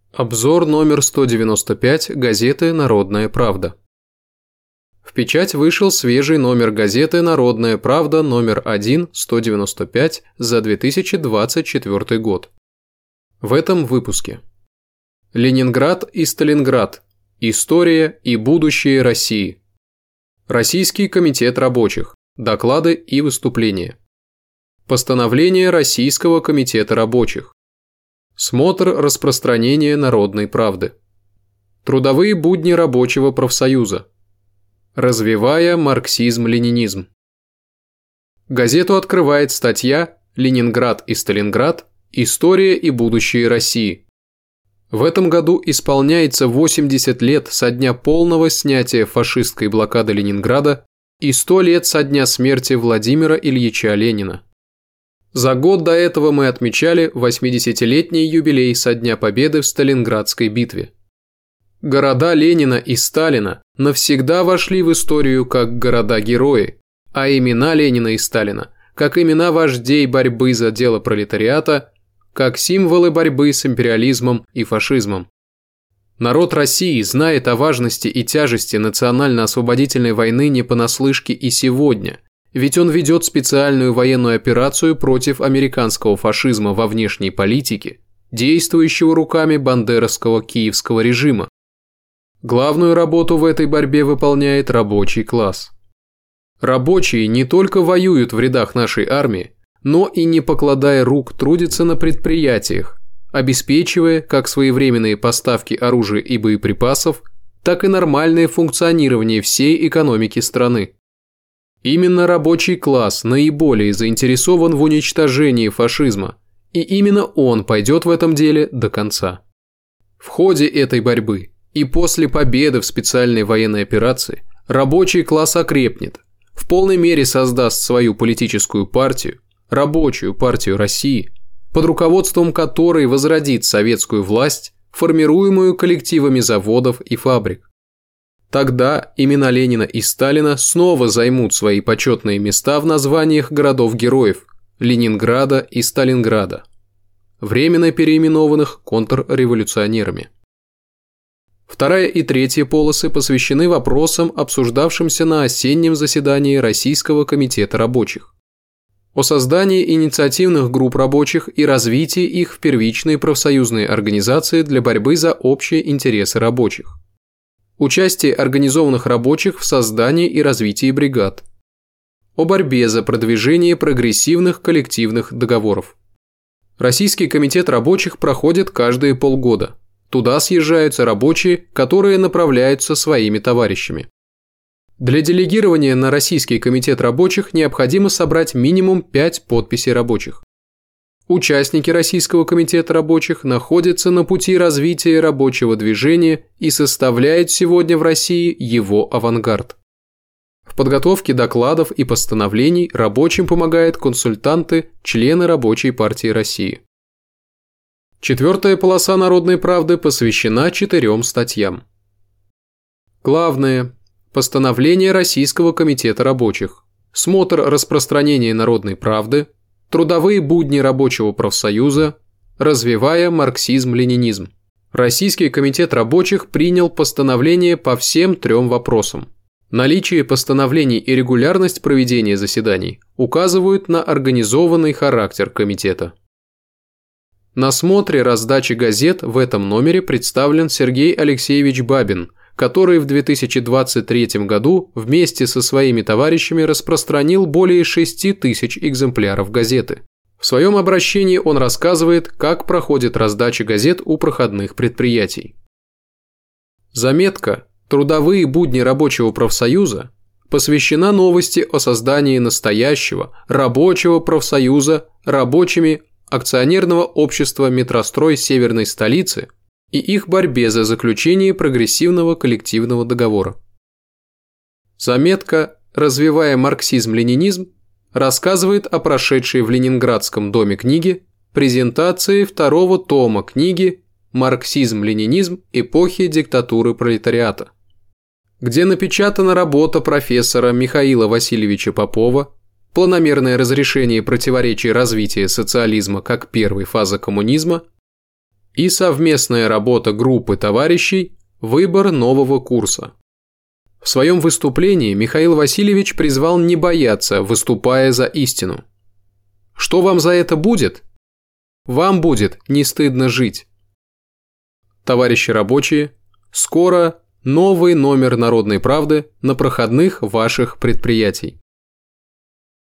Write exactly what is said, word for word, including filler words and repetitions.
Обзор номер сто девяносто пять газеты «Народная правда». В печать вышел свежий номер газеты «Народная правда» номер один сто девяносто пять за две тысячи двадцать четвёртый год. В этом выпуске. Ленинград и Сталинград. История и будущее России. Российский комитет рабочих. Доклады и выступления. Постановление Российского комитета рабочих. Смотр распространения народной правды. Трудовые будни рабочего профсоюза. Развивая марксизм-ленинизм. Газету открывает статья «Ленинград и Сталинград. История и будущее России». В этом году исполняется восемьдесят лет со дня полного снятия фашистской блокады Ленинграда и сто лет со дня смерти Владимира Ильича Ленина. За год до этого мы отмечали восьмидесятилетний юбилей со дня победы в Сталинградской битве. Города Ленина и Сталина навсегда вошли в историю как города-герои, а имена Ленина и Сталина как имена вождей борьбы за дело пролетариата, как символы борьбы с империализмом и фашизмом. Народ России знает о важности и тяжести национально-освободительной войны не понаслышке и сегодня, ведь он ведет специальную военную операцию против американского фашизма во внешней политике, действующего руками бандеровского киевского режима. Главную работу в этой борьбе выполняет рабочий класс. Рабочие не только воюют в рядах нашей армии, но и не покладая рук трудятся на предприятиях, обеспечивая как своевременные поставки оружия и боеприпасов, так и нормальное функционирование всей экономики страны. Именно рабочий класс наиболее заинтересован в уничтожении фашизма, и именно он пойдет в этом деле до конца. В ходе этой борьбы и после победы в специальной военной операции рабочий класс окрепнет, в полной мере создаст свою политическую партию, Рабочую партию России, под руководством которой возродит советскую власть, формируемую коллективами заводов и фабрик. Тогда имена Ленина и Сталина снова займут свои почетные места в названиях городов-героев Ленинграда и Сталинграда, временно переименованных контрреволюционерами. Вторая и третья полосы посвящены вопросам, обсуждавшимся на осеннем заседании Российского комитета рабочих. О создании инициативных групп рабочих и развитии их в первичные профсоюзные организации для борьбы за общие интересы рабочих. Участие организованных рабочих в создании и развитии бригад. О борьбе за продвижение прогрессивных коллективных договоров. Российский комитет рабочих проходит каждые полгода. Туда съезжаются рабочие, которые направляются своими товарищами. Для делегирования на Российский комитет рабочих необходимо собрать минимум пять подписей рабочих. Участники Российского комитета рабочих находятся на пути развития рабочего движения и составляют сегодня в России его авангард. В подготовке докладов и постановлений рабочим помогают консультанты, члены Рабочей партии России. Четвертая полоса «Народной правды» посвящена четырем статьям. Главное. Постановление Российского комитета рабочих. Смотр распространения народной правды. Трудовые будни рабочего профсоюза. Развивая марксизм-ленинизм. Российский комитет рабочих принял постановление по всем трем вопросам. Наличие постановлений и регулярность проведения заседаний указывают на организованный характер комитета. На смотре раздачи газет в этом номере представлен Сергей Алексеевич Бабин, который в две тысячи двадцать третьем году вместе со своими товарищами распространил более шести тысяч экземпляров газеты. В своем обращении он рассказывает, как проходит раздача газет у проходных предприятий. Заметка «Трудовые будни рабочего профсоюза» посвящена новости о создании настоящего рабочего профсоюза рабочими акционерного общества «Метрострой» северной столицы и их борьбе за заключение прогрессивного коллективного договора. Заметка «Развивая марксизм-ленинизм» рассказывает о прошедшей в Ленинградском доме книги презентации второго тома книги «Марксизм-ленинизм. Эпохи диктатуры пролетариата», где напечатана работа профессора Михаила Васильевича Попова «Планомерное разрешение противоречий развития социализма как первой фазы коммунизма» и совместная работа группы товарищей «Выбор нового курса». В своем выступлении Михаил Васильевич призвал не бояться, выступая за истину. Что вам за это будет? Вам будет не стыдно жить. Товарищи рабочие, скоро новый номер «Народной правды» на проходных ваших предприятий.